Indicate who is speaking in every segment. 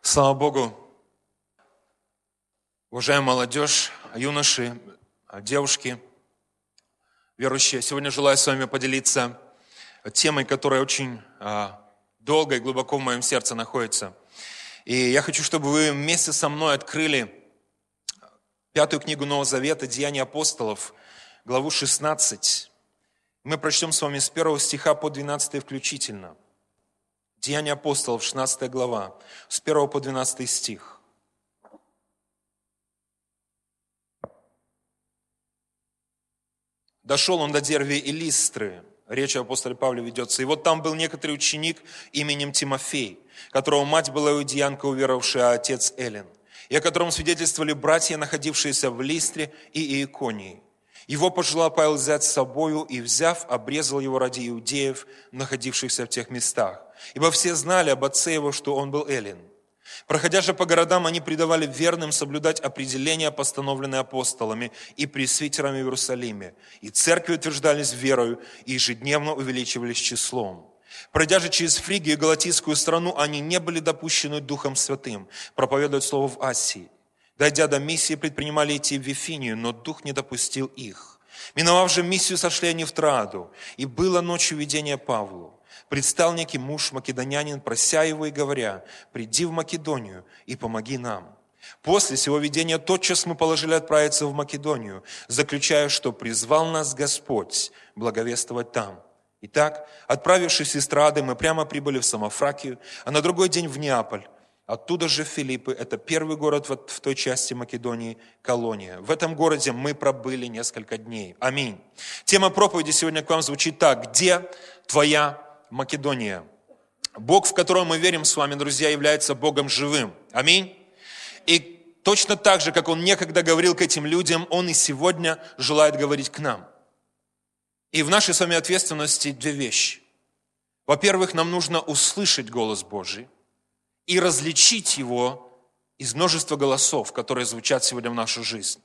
Speaker 1: Слава Богу, уважаемая молодежь, юноши, девушки, верующие. Сегодня желаю с вами поделиться темой, которая очень долго и глубоко в моем сердце находится. И я хочу, чтобы вы вместе со мной открыли 5 книгу Нового Завета, Деяния апостолов, главу 16. Мы прочтем с вами с 1 стиха по 12 включительно. Деяния апостолов, 16 глава, с 1 по 12 стих. «Дошел он до Дервии и Листры». Речь о апостоле Павле ведется. «И вот там был некоторый ученик именем Тимофей, которого мать была иудеянка, уверовавшая, а отец Эллин, и о котором свидетельствовали братья, находившиеся в Листре и Иеконии. Его пожелал Павел взять с собою, и, взяв, обрезал его ради иудеев, находившихся в тех местах. Ибо все знали об отце его, что он был Эллин. Проходя же по городам, они придавали верным соблюдать определения, постановленные апостолами и пресвитерами в Иерусалиме. И церкви утверждались верою, и ежедневно увеличивались числом. Пройдя же через Фригию и Галатийскую страну, они не были допущены Духом Святым проповедовать слово в Асии. Дойдя до Миссии, предпринимали идти в Вифинию, но Дух не допустил их. Миновав же Миссию, сошли они в Трааду, и было ночью видение Павлу. Предстал некий муж, македонянин, прося его и говоря: «Приди в Македонию и помоги нам». После сего видения тотчас мы положили отправиться в Македонию, заключая, что призвал нас Господь благовествовать там. Итак, отправившись из Троады, мы прямо прибыли в Самофракию, а на другой день в Неаполь. Оттуда же в Филиппы, это первый город в той части Македонии, колония. В этом городе мы пробыли несколько дней. Аминь. Тема проповеди сегодня к вам звучит так: «Где твоя Македония?» Бог, в которого мы верим с вами, друзья, является Богом живым. Аминь. И точно так же, как Он некогда говорил к этим людям, Он и сегодня желает говорить к нам. И в нашей с вами ответственности две вещи. Во-первых, нам нужно услышать голос Божий и различить его из множества голосов, которые звучат сегодня в нашу жизнь.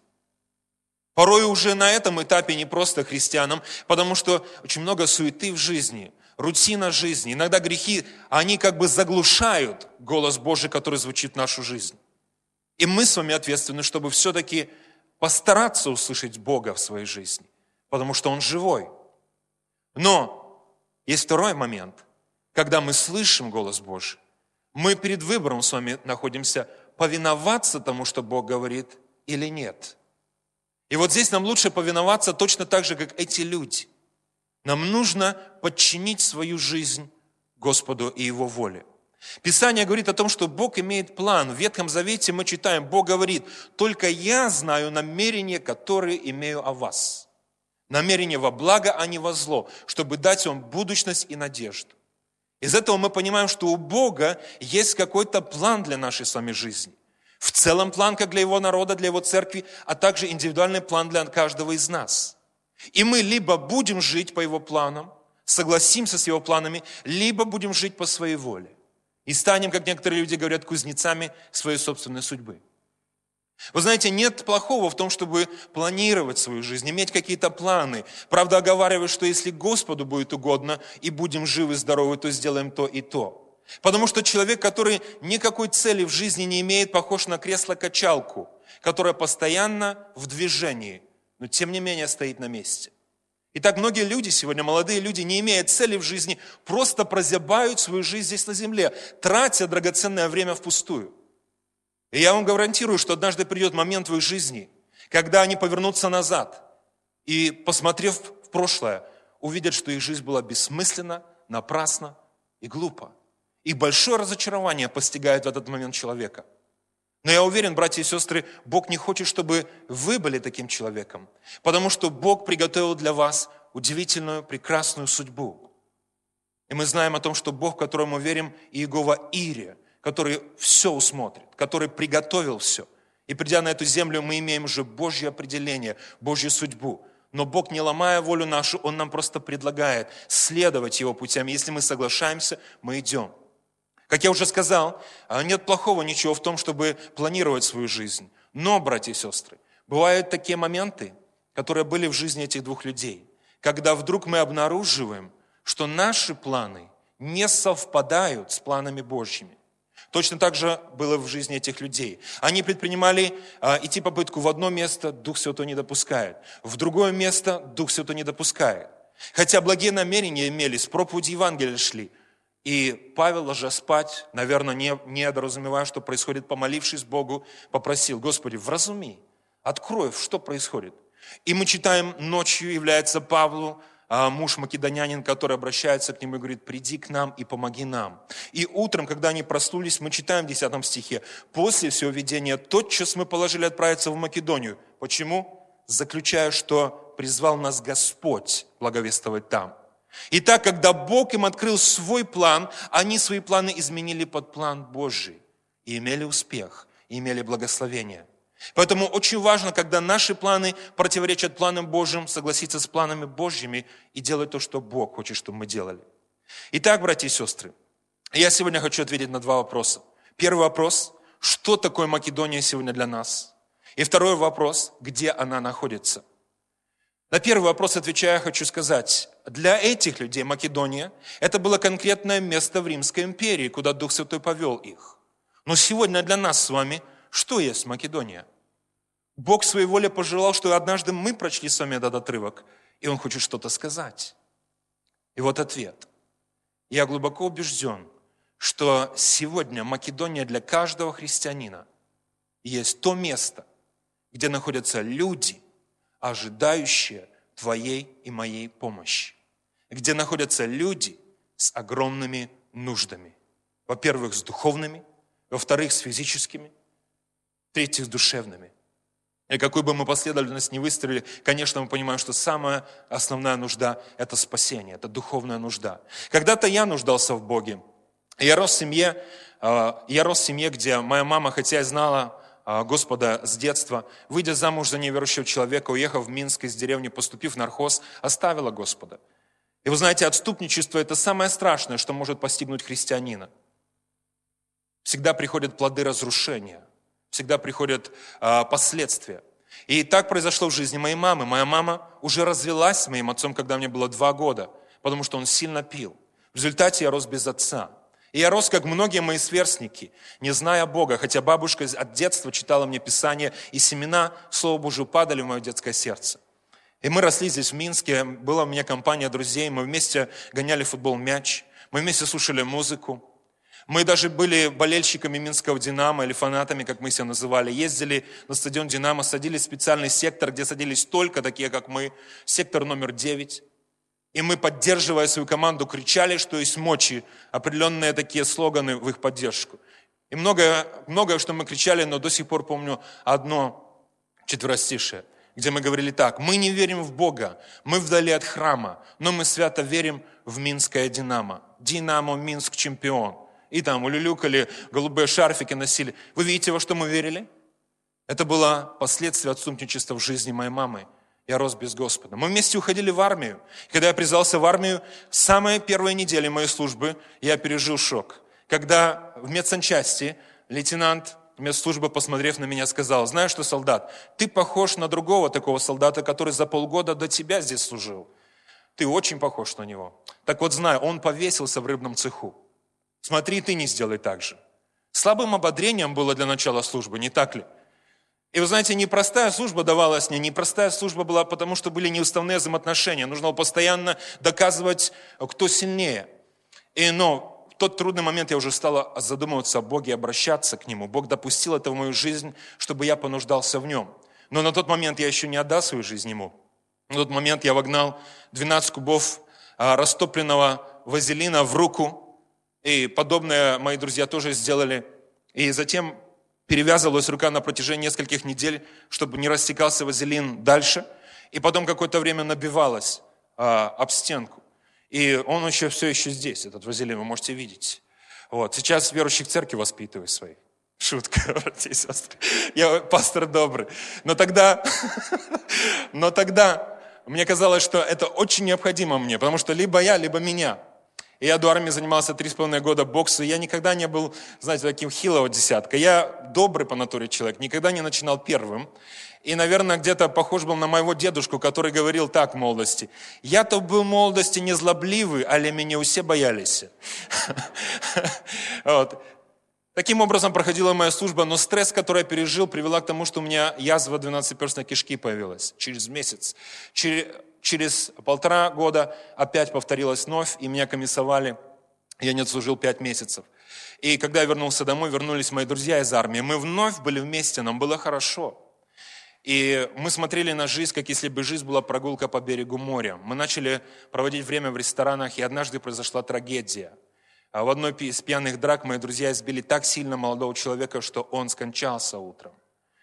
Speaker 1: Порой уже на этом этапе не просто христианам, потому что очень много суеты в жизни, рутина жизни. Иногда грехи, они как бы заглушают голос Божий, который звучит в нашу жизнь. И мы с вами ответственны, чтобы все-таки постараться услышать Бога в своей жизни, потому что Он живой. Но есть второй момент, когда мы слышим голос Божий, мы перед выбором с вами находимся, повиноваться тому, что Бог говорит, или нет. И вот здесь нам лучше повиноваться точно так же, как эти люди. Нам нужно подчинить свою жизнь Господу и Его воле. Писание говорит о том, что Бог имеет план. В Ветхом Завете мы читаем, Бог говорит: «Только я знаю намерения, которые имею о вас». Намерение во благо, а не во зло, чтобы дать вам будущность и надежду. Из этого мы понимаем, что у Бога есть какой-то план для нашей с вами жизни. В целом план как для Его народа, для Его церкви, а также индивидуальный план для каждого из нас. И мы либо будем жить по Его планам, согласимся с Его планами, либо будем жить по своей воле. И станем, как некоторые люди говорят, кузнецами своей собственной судьбы. Вы знаете, нет плохого в том, чтобы планировать свою жизнь, иметь какие-то планы. Правда, оговариваю, что если Господу будет угодно и будем живы, здоровы, то сделаем то и то. Потому что человек, который никакой цели в жизни не имеет, похож на кресло-качалку, которое постоянно в движении, но тем не менее стоит на месте. Итак, многие люди сегодня, молодые люди, не имея цели в жизни, просто прозябают свою жизнь здесь на земле, тратя драгоценное время впустую. И я вам гарантирую, что однажды придет момент в их жизни, когда они повернутся назад и, посмотрев в прошлое, увидят, что их жизнь была бессмысленна, напрасна и глупа. И большое разочарование постигает в этот момент человека. Но я уверен, братья и сестры, Бог не хочет, чтобы вы были таким человеком, потому что Бог приготовил для вас удивительную, прекрасную судьбу. И мы знаем о том, что Бог, которому мы верим, Иегова Ире, который все усмотрит, который приготовил все. И придя на эту землю, мы имеем уже Божье определение, Божью судьбу. Но Бог, не ломая волю нашу, Он нам просто предлагает следовать Его путям. Если мы соглашаемся, мы идем. Как я уже сказал, нет плохого ничего в том, чтобы планировать свою жизнь. Но, братья и сестры, бывают такие моменты, которые были в жизни этих двух людей, когда вдруг мы обнаруживаем, что наши планы не совпадают с планами Божьими. Точно так же было в жизни этих людей. Они предпринимали идти попытку в одно место, Дух Святой не допускает. В другое место Дух Святой не допускает. Хотя благие намерения имели, с проповедью Евангелия шли. И Павел, ложа спать, наверное, не недоразумевая, что происходит, помолившись Богу, попросил: Господи, вразуми, открой, что происходит. И мы читаем, ночью является Павлу муж македонянин, который обращается к нему и говорит: приди к нам и помоги нам. И утром, когда они проснулись, мы читаем в 10 стихе: после всего видения тотчас мы положили отправиться в Македонию. Почему? Заключая, что призвал нас Господь благовествовать там. Итак, когда Бог им открыл свой план, они свои планы изменили под план Божий. И имели успех, и имели благословение. Поэтому очень важно, когда наши планы противоречат планам Божьим, согласиться с планами Божьими и делать то, что Бог хочет, чтобы мы делали. Итак, братья и сестры, я сегодня хочу ответить на 2 вопроса. Первый вопрос: что такое Македония сегодня для нас? И второй вопрос: где она находится? На первый вопрос отвечая, хочу сказать, для этих людей Македония – это было конкретное место в Римской империи, куда Дух Святой повел их. Но сегодня для нас с вами что есть Македония? Бог в своей воле пожелал, что однажды мы прочли с вами этот отрывок, и Он хочет что-то сказать. И вот ответ. Я глубоко убежден, что сегодня Македония для каждого христианина есть то место, где находятся люди, ожидающие твоей и моей помощи. Где находятся люди с огромными нуждами. Во-первых, с духовными, во-вторых, с физическими, в-третьих, с душевными. И какую бы мы последовательность ни выстроили, конечно, мы понимаем, что самая основная нужда – это спасение, это духовная нужда. Когда-то я нуждался в Боге. Я рос в семье, где моя мама, хотя и знала Господа с детства, выйдя замуж за неверующего человека, уехав в Минск из деревни, поступив в нархоз, оставила Господа. И вы знаете, отступничество – это самое страшное, что может постигнуть христианина. Всегда приходят плоды разрушения, всегда приходят последствия. И так произошло в жизни моей мамы. Моя мама уже развелась с моим отцом, когда мне было 2 года, потому что он сильно пил. В результате я рос без отца. И я рос, как многие мои сверстники, не зная Бога, хотя бабушка от детства читала мне Писание, и семена Слова Божьего падали в мое детское сердце. И мы росли здесь, в Минске, была у меня компания друзей, мы вместе гоняли футбол, мяч, мы вместе слушали музыку. Мы даже были болельщиками Минского «Динамо» или фанатами, как мы себя называли. Ездили на стадион «Динамо», садились в специальный сектор, где садились только такие, как мы, сектор номер 9. И мы, поддерживая свою команду, кричали, что есть мочи, определенные такие слоганы в их поддержку. И многое, что мы кричали, но до сих пор помню одно четверостишее, где мы говорили так: мы не верим в Бога, мы вдали от храма, но мы свято верим в Минское «Динамо». «Динамо, Минск, чемпион». И там улюлюкали, голубые шарфики носили. Вы видите, во что мы верили? Это было последствие отступничества в жизни моей мамы. Я рос без Господа. Мы вместе уходили в армию. Когда я призвался в армию, самые первые недели моей службы я пережил шок. Когда в медсанчасти лейтенант медслужбы, посмотрев на меня, сказал: знаешь что, солдат, ты похож на другого такого солдата, который за полгода до тебя здесь служил. Ты очень похож на него. Так вот, знай, он повесился в рыбном цеху. Смотри, ты не сделай так же. Слабым ободрением было для начала службы, не так ли? И вы знаете, непростая служба давалась мне, непростая служба была, потому что были неуставные взаимоотношения. Нужно было постоянно доказывать, кто сильнее. Но в тот трудный момент я уже стал задумываться о Боге, обращаться к Нему. Бог допустил это в мою жизнь, чтобы я понуждался в Нем. Но на тот момент я еще не отдал свою жизнь Ему. На тот момент я вогнал 12 кубов растопленного вазелина в руку. И подобное мои друзья тоже сделали. И затем перевязывалась рука на протяжении нескольких недель, чтобы не растекался вазелин дальше. И потом какое-то время набивалась об стенку. И он все еще здесь, этот вазелин, вы можете видеть. Вот. Сейчас верующих в церкви воспитываю своих. Шутка, братья и сестры. Я пастор добрый. Но тогда мне казалось, что это очень необходимо мне, потому что либо я, либо меня. И я до армии занимался 3,5 года боксом, и я никогда не был, знаете, таким хилого десятка. Я добрый по натуре человек, никогда не начинал первым. И, наверное, где-то похож был на моего дедушку, который говорил так в молодости: «Я-то был в молодости незлобливый, але меня все боялись». Таким образом проходила моя служба, но стресс, который я пережил, привела к тому, что у меня язва 12-перстной кишки появилась через месяц. Через 1,5 года опять повторилось вновь, и меня комиссовали. Я не отслужил 5 месяцев. И когда я вернулся домой, вернулись мои друзья из армии. Мы вновь были вместе, нам было хорошо. И мы смотрели на жизнь, как если бы жизнь была прогулка по берегу моря. Мы начали проводить время в ресторанах, и однажды произошла трагедия. В одной из пьяных драк мои друзья избили так сильно молодого человека, что он скончался утром.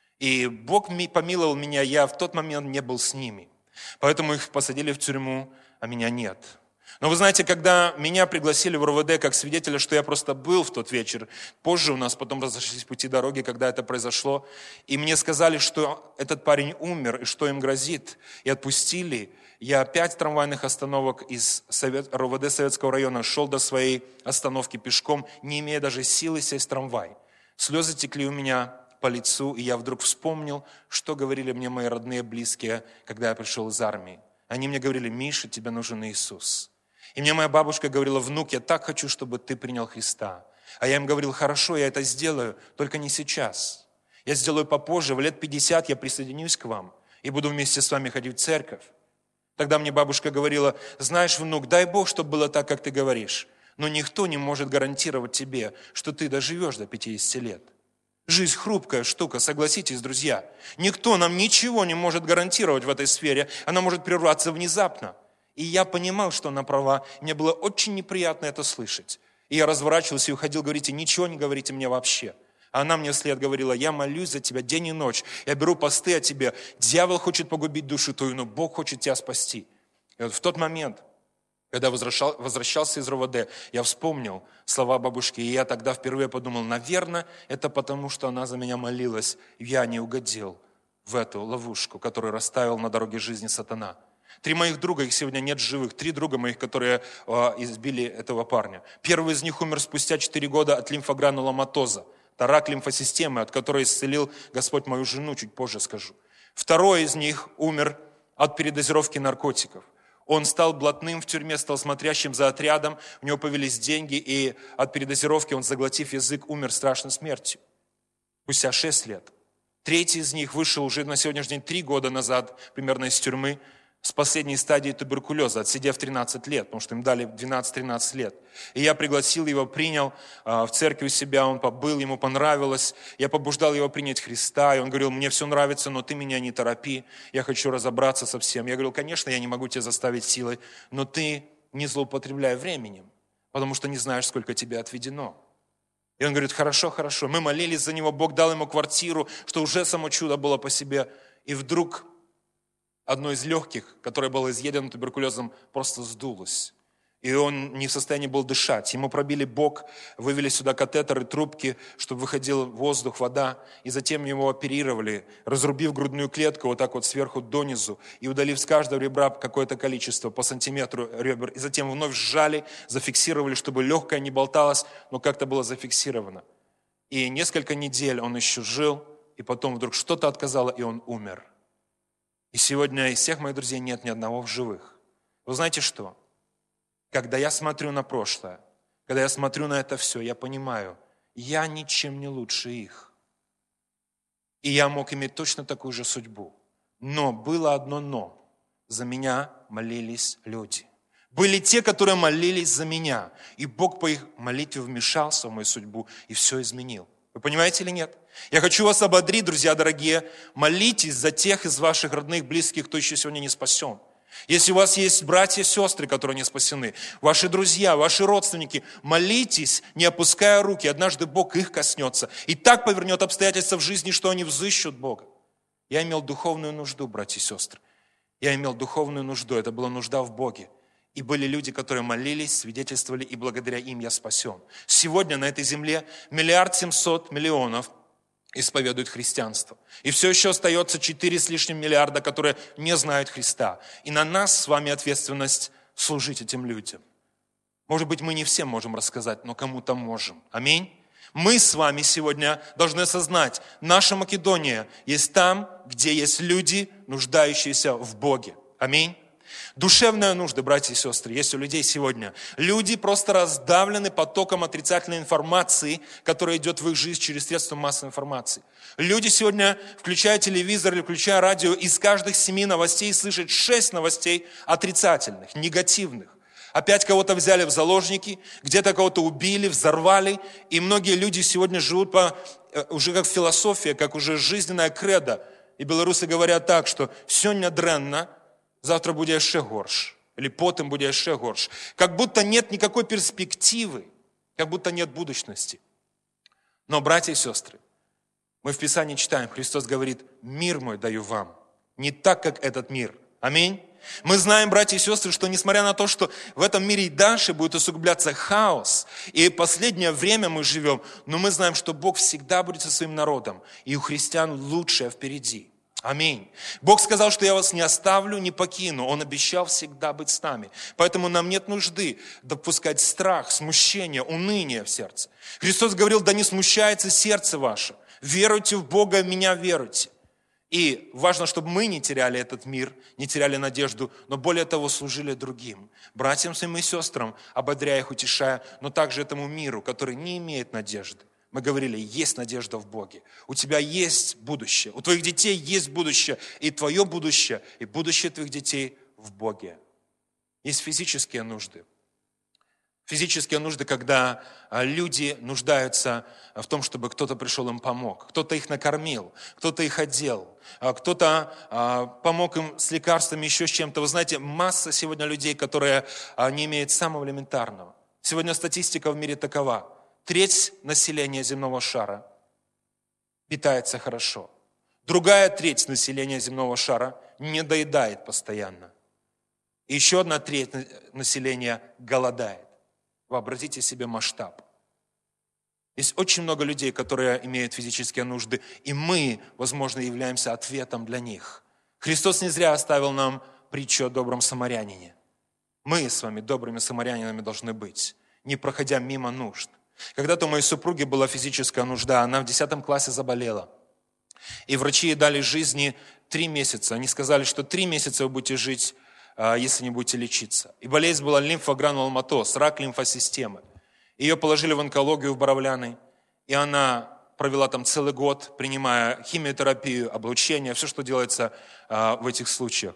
Speaker 1: И Бог помиловал меня, я в тот момент не был с ними. Поэтому их посадили в тюрьму, а меня нет. Но вы знаете, когда меня пригласили в РОВД как свидетеля, что я просто был в тот вечер, позже у нас потом разошлись пути дороги, когда это произошло, и мне сказали, что этот парень умер, и что им грозит, и отпустили. Я 5 трамвайных остановок из РОВД Советского района шел до своей остановки пешком, не имея даже силы сесть в трамвай. Слезы текли у меня по лицу, и я вдруг вспомнил, что говорили мне мои родные, близкие, когда я пришел из армии. Они мне говорили: Миша, тебе нужен Иисус. И мне моя бабушка говорила: внук, я так хочу, чтобы ты принял Христа. А я им говорил: хорошо, я это сделаю, только не сейчас. Я сделаю попозже, в лет 50 я присоединюсь к вам и буду вместе с вами ходить в церковь. Тогда мне бабушка говорила: знаешь, внук, дай Бог, чтобы было так, как ты говоришь, но никто не может гарантировать тебе, что ты доживешь до 50 лет. Жизнь хрупкая штука, согласитесь, друзья. Никто нам ничего не может гарантировать в этой сфере, она может прерваться внезапно. И я понимал, что она права, мне было очень неприятно это слышать. И я разворачивался и уходил, говорите: ничего не говорите мне вообще. А она мне вслед говорила: я молюсь за тебя день и ночь, я беру посты о тебе, дьявол хочет погубить душу твою, но Бог хочет тебя спасти. И вот в тот момент, когда возвращался из РОВД, я вспомнил слова бабушки, и я тогда впервые подумал: наверное, это потому, что она за меня молилась, и я не угодил в эту ловушку, которую расставил на дороге жизни сатана. 3 моих друга, их сегодня нет живых, 3 друга моих, которые избили этого парня. Первый из них умер спустя 4 года от лимфогрануломатоза. Это рак лимфосистемы, от которой исцелил Господь мою жену, чуть позже скажу. Второй из них умер от передозировки наркотиков. Он стал блатным в тюрьме, стал смотрящим за отрядом, у него появились деньги, и от передозировки он, заглотив язык, умер страшной смертью. Спустя 6 лет. Третий из них вышел уже на сегодняшний день 3 года назад, примерно из тюрьмы, с последней стадии туберкулеза, отсидев 13 лет, потому что им дали 12-13 лет. И я пригласил его, принял в церкви у себя, он побыл, ему понравилось. Я побуждал его принять Христа, и он говорил: мне все нравится, но ты меня не торопи, я хочу разобраться со всем. Я говорил: конечно, я не могу тебя заставить силой, но ты не злоупотребляй временем, потому что не знаешь, сколько тебе отведено. И он говорит: хорошо, хорошо. Мы молились за него, Бог дал ему квартиру, что уже само чудо было по себе. И вдруг одно из легких, которое было изъедено туберкулезом, просто сдулось. И он не в состоянии был дышать. Ему пробили бок, вывели сюда катетеры, трубки, чтобы выходил воздух, вода. И затем его оперировали, разрубив грудную клетку вот так вот сверху донизу и удалив с каждого ребра какое-то количество, по сантиметру ребер. И затем вновь сжали, зафиксировали, чтобы легкое не болталось, но как-то было зафиксировано. И несколько недель он еще жил, и потом вдруг что-то отказало, и он умер. И сегодня из всех моих друзей нет ни одного в живых. Вы знаете что? Когда я смотрю на прошлое, когда я смотрю на это все, я понимаю, я ничем не лучше их. И я мог иметь точно такую же судьбу. Но было одно но. За меня молились люди. Были те, которые молились за меня. И Бог по их молитве вмешался в мою судьбу и все изменил. Вы понимаете или нет? Я хочу вас ободрить, друзья дорогие. Молитесь за тех из ваших родных, близких, кто еще сегодня не спасен. Если у вас есть братья и сестры, которые не спасены, ваши друзья, ваши родственники, молитесь, не опуская руки. Однажды Бог их коснется. И так повернет обстоятельства в жизни, что они взыщут Бога. Я имел духовную нужду, братья и сестры. Я имел духовную нужду. Это была нужда в Боге. И были люди, которые молились, свидетельствовали, и благодаря им я спасен. Сегодня на этой земле 1 700 000 000 исповедуют христианство. И все еще остается 4 с лишним миллиарда, которые не знают Христа. И на нас с вами ответственность служить этим людям. Может быть, мы не всем можем рассказать, но кому-то можем. Аминь. Мы с вами сегодня должны осознать, наша Македония есть там, где есть люди, нуждающиеся в Боге. Аминь. Душевные нужды, братья и сестры, есть у людей сегодня. Люди просто раздавлены потоком отрицательной информации, которая идет в их жизнь через средства массовой информации. Люди сегодня, включая телевизор или включая радио, из каждых 7 новостей слышат 6 новостей отрицательных, негативных. Опять кого-то взяли в заложники, где-то кого-то убили, взорвали. И многие люди сегодня живут уже как философия, как уже жизненная кредо. И белорусы говорят так, что «сёння дрэнна, завтра будет еще горше». Или «потом будет еще горше». Как будто нет никакой перспективы, как будто нет будущности. Но, братья и сестры, мы в Писании читаем, Христос говорит: «Мир мой даю вам, не так, как этот мир». Аминь. Мы знаем, братья и сестры, что несмотря на то, что в этом мире и дальше будет усугубляться хаос, и последнее время мы живем, но мы знаем, что Бог всегда будет со своим народом, и у христиан лучшее впереди. Аминь. Бог сказал, что я вас не оставлю, не покину. Он обещал всегда быть с нами. Поэтому нам нет нужды допускать страх, смущение, уныние в сердце. Христос говорил: да не смущается сердце ваше. Веруйте в Бога, в меня веруйте. И важно, чтобы мы не теряли этот мир, не теряли надежду, но более того, служили другим. Братьям своим и сестрам, ободряя их, утешая, но также этому миру, который не имеет надежды. Мы говорили: есть надежда в Боге. У тебя есть будущее. У твоих детей есть будущее. И твое будущее, и будущее твоих детей в Боге. Есть физические нужды. Физические нужды, когда люди нуждаются в том, чтобы кто-то пришел им помог. Кто-то их накормил, кто-то их одел, кто-то помог им с лекарствами, еще с чем-то. Вы знаете, масса сегодня людей, которые не имеют самого элементарного. Сегодня статистика в мире такова: треть населения земного шара питается хорошо. Другая треть населения земного шара недоедает постоянно. И еще одна треть населения голодает. Вообразите себе масштаб. Есть очень много людей, которые имеют физические нужды, и мы, возможно, являемся ответом для них. Христос не зря оставил нам притчу о добром самарянине. Мы с вами добрыми самарянинами должны быть, не проходя мимо нужд. Когда-то у моей супруги была физическая нужда, она в 10 классе заболела. И врачи ей дали жизни 3 месяца. Они сказали, что 3 месяца вы будете жить, если не будете лечиться. И болезнь была лимфогрануломатоз, рак лимфосистемы. Ее положили в онкологию в Боровляны, и она провела там целый год, принимая химиотерапию, облучение, все, что делается в этих случаях.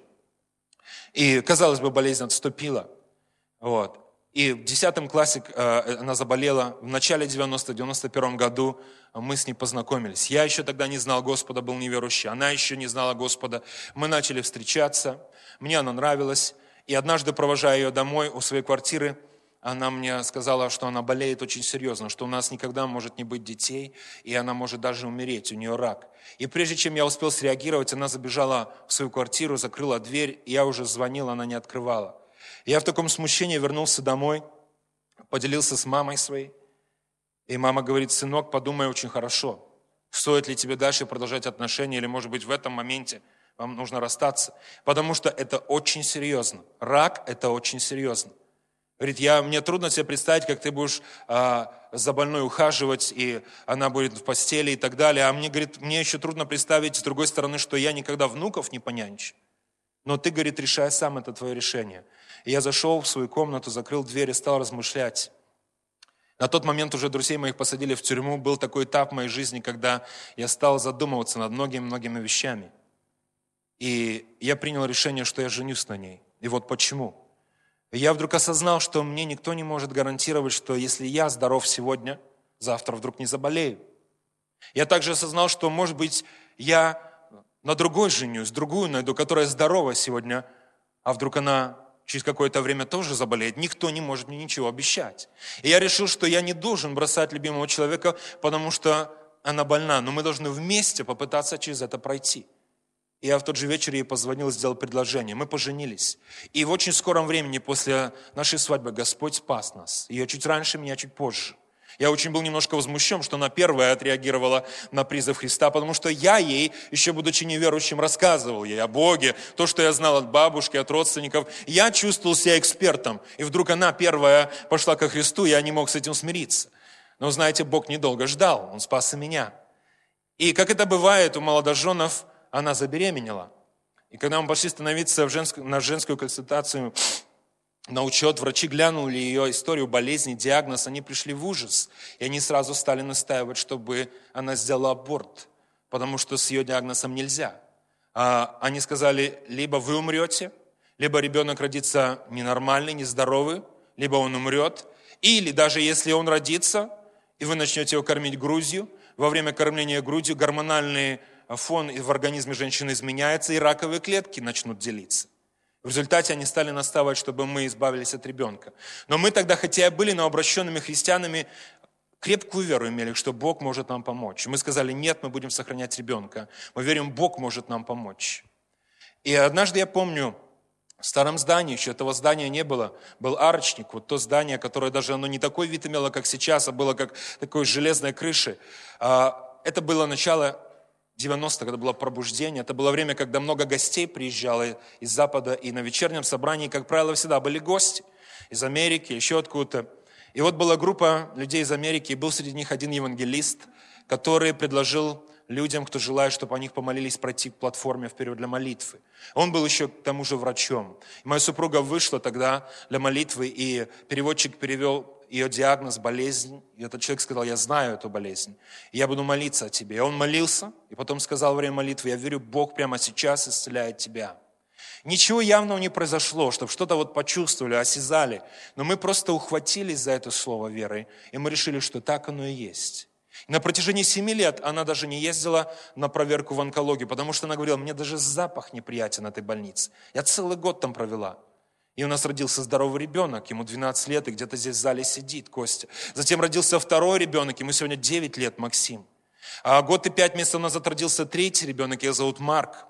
Speaker 1: И, казалось бы, болезнь отступила. Вот. И в 10 классе она заболела. В начале 91 году мы с ней познакомились. Я еще тогда не знал Господа, был неверующий. Она еще не знала Господа. Мы начали встречаться. Мне она нравилась. И однажды, провожая ее домой у своей квартиры, она мне сказала, что она болеет очень серьезно, что у нас никогда может не быть детей, и она может даже умереть, у нее рак. И прежде чем я успел среагировать, она забежала в свою квартиру, закрыла дверь, и я уже звонил, она не открывала. Я в таком смущении вернулся домой, поделился с мамой своей. И мама говорит: сынок, подумай очень хорошо, стоит ли тебе дальше продолжать отношения, или, может быть, в этом моменте вам нужно расстаться. Потому что это очень серьезно. Рак – это очень серьезно. Говорит: мне трудно себе представить, как ты будешь за больной ухаживать, и она будет в постели и так далее. А мне еще трудно представить, с другой стороны, что я никогда внуков не понянчу. Но ты, говорит, решай сам, это твое решение. И я зашел в свою комнату, закрыл дверь и стал размышлять. На тот момент уже друзей моих посадили в тюрьму. Был такой этап в моей жизни, когда я стал задумываться над многими вещами. И я принял решение, что я женюсь на ней. И вот почему. И я вдруг осознал, что мне никто не может гарантировать, что если я здоров сегодня, завтра вдруг не заболею. Я также осознал, что, может быть, я на другой женюсь, другую найду, которая здорова сегодня, а вдруг она через какое-то время тоже заболеет. Никто не может мне ничего обещать. И я решил, что я не должен бросать любимого человека, потому что она больна, но мы должны вместе попытаться через это пройти. И я в тот же вечер ей позвонил и сделал предложение. Мы поженились. И в очень скором времени после нашей свадьбы Господь спас нас. Ее чуть раньше, меня чуть позже. Я очень был немножко возмущен, что она первая отреагировала на призыв Христа, потому что я ей, еще будучи неверующим, рассказывал ей о Боге, то, что я знал от бабушки, от родственников. Я чувствовал себя экспертом, и вдруг она первая пошла ко Христу, я не мог с этим смириться. Но, знаете, Бог недолго ждал, Он спас и меня. И как это бывает у молодоженов, она забеременела. И когда мы пошли становиться на женскую консультацию, на учет, врачи глянули ее историю болезни, диагноз, они пришли в ужас. И они сразу стали настаивать, чтобы она сделала аборт, потому что с ее диагнозом нельзя. Они сказали, либо вы умрете, либо ребенок родится ненормальный, нездоровый, либо он умрет. Или даже если он родится, и вы начнете его кормить грудью, во время кормления грудью гормональный фон в организме женщины изменяется, и раковые клетки начнут делиться. В результате они стали настаивать, чтобы мы избавились от ребенка. Но мы тогда, хотя и были новообращенными христианами, крепкую веру имели, что Бог может нам помочь. Мы сказали, нет, мы будем сохранять ребенка. Мы верим, Бог может нам помочь. И однажды я помню, в старом здании, еще этого здания не было, был арочник, вот то здание, которое даже оно не такой вид имело, как сейчас, а было как такой железной крыши. Это было начало 90-х, когда было пробуждение. Это было время, когда много гостей приезжало из Запада, и на вечернем собрании, как правило, всегда были гости из Америки, еще откуда-то. И вот была группа людей из Америки, и был среди них один евангелист, который предложил людям, кто желает, чтобы о них помолились, пройти к платформе вперед для молитвы. Он был еще к тому же врачом. И моя супруга вышла тогда для молитвы, и переводчик перевел ее диагноз, болезнь. И этот человек сказал, я знаю эту болезнь, и я буду молиться о тебе. И он молился, и потом сказал во время молитвы, я верю, Бог прямо сейчас исцеляет тебя. Ничего явного не произошло, чтобы что-то вот почувствовали, осязали. Но мы просто ухватились за это слово верой, и мы решили, что так оно и есть. И на протяжении 7 лет она даже не ездила на проверку в онкологию, потому что она говорила, мне даже запах неприятен этой больницы. Я целый год там провела. И у нас родился здоровый ребенок, ему 12 лет, и где-то здесь в зале сидит Костя. Затем родился второй ребенок, ему сегодня 9 лет, Максим. А год и 5 месяцев назад родился третий ребенок, его зовут Марк.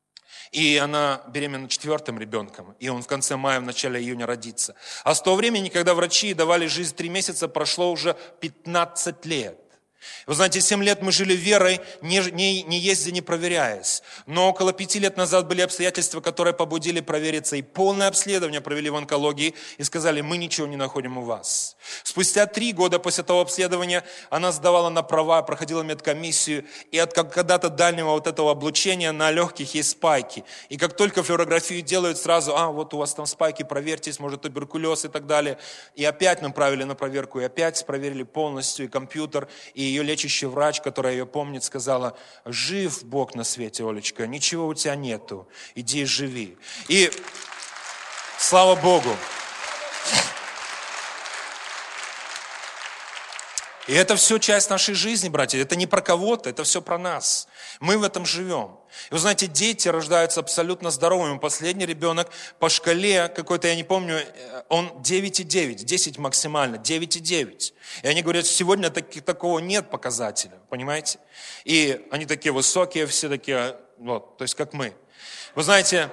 Speaker 1: И она беременна 4-м ребенком, и он в конце мая, в начале июня родится. А с того времени, когда врачи давали жизнь 3 месяца, прошло уже 15 лет. Вы знаете, 7 лет мы жили верой, не ездя, не проверяясь. Но около 5 лет назад были обстоятельства, которые побудили провериться. И полное обследование провели в онкологии и сказали, мы ничего не находим у вас. Спустя 3 года после того обследования она сдавала на права, проходила медкомиссию. И от когда-то дальнего вот этого облучения на легких есть спайки. И как только флюорографию делают, сразу, вот у вас там спайки, проверьтесь, может туберкулез и так далее. И опять направили на проверку, и опять проверили полностью и компьютер, и ее лечащий врач, которая ее помнит, сказала, жив Бог на свете, Олечка, ничего у тебя нету, иди и живи. И слава Богу. И это все часть нашей жизни, братья. Это не про кого-то, это все про нас. Мы в этом живем. И вы знаете, дети рождаются абсолютно здоровыми. Последний ребенок по шкале какой-то, я не помню, он 9,9, 10 максимально, 9,9. И они говорят, сегодня такого нет показателя, понимаете? И они такие высокие, все такие, вот, то есть как мы. Вы знаете,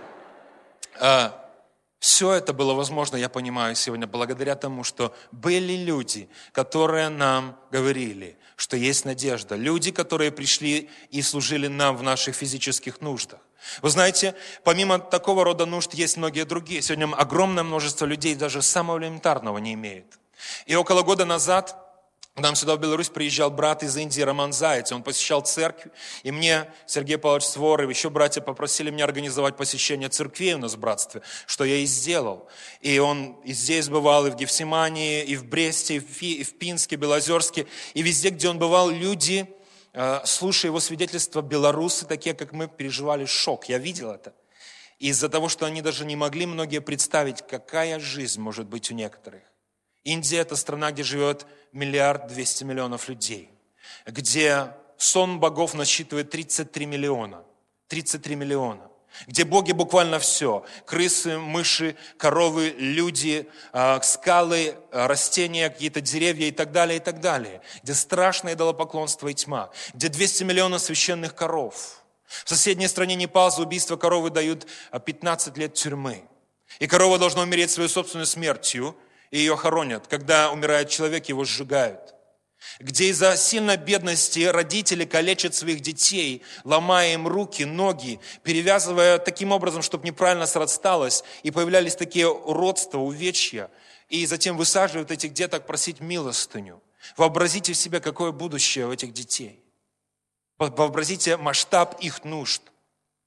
Speaker 1: все это было возможно, я понимаю сегодня, благодаря тому, что были люди, которые нам говорили, что есть надежда. Люди, которые пришли и служили нам в наших физических нуждах. Вы знаете, помимо такого рода нужд есть многие другие. Сегодня огромное множество людей даже самого элементарного не имеет. И около года назад к нам сюда в Беларусь приезжал брат из Индии Роман Заяц, он посещал церковь, и мне, Сергей Павлович Своров, еще братья попросили меня организовать посещение церквей у нас в братстве, что я и сделал. И он и здесь бывал, и в Гефсимании, и в Бресте, и в Пинске, Белозерске, и везде, где он бывал, люди, слушая его свидетельства, белорусы, такие, как мы, переживали шок. Я видел это. Из-за того, что они даже не могли многие представить, какая жизнь может быть у некоторых. Индия – это страна, где живет 1 200 000 000 людей, где сон богов насчитывает 33 миллиона. 33 миллиона. Где боги буквально все. Крысы, мыши, коровы, люди, скалы, растения, какие-то деревья и так далее, и так далее. Где страшное идолопоклонство и тьма. Где 200 миллионов священных коров. В соседней стране Непал за убийство коровы дают 15 лет тюрьмы. И корова должна умереть своей собственной смертью, и ее хоронят. Когда умирает человек, его сжигают. Где из-за сильной бедности родители калечат своих детей, ломая им руки, ноги, перевязывая таким образом, чтобы неправильно срасталось, и появлялись такие уродства, увечья, и затем высаживают этих деток просить милостыню. Вообразите в себе, какое будущее у этих детей. Вообразите масштаб их нужд.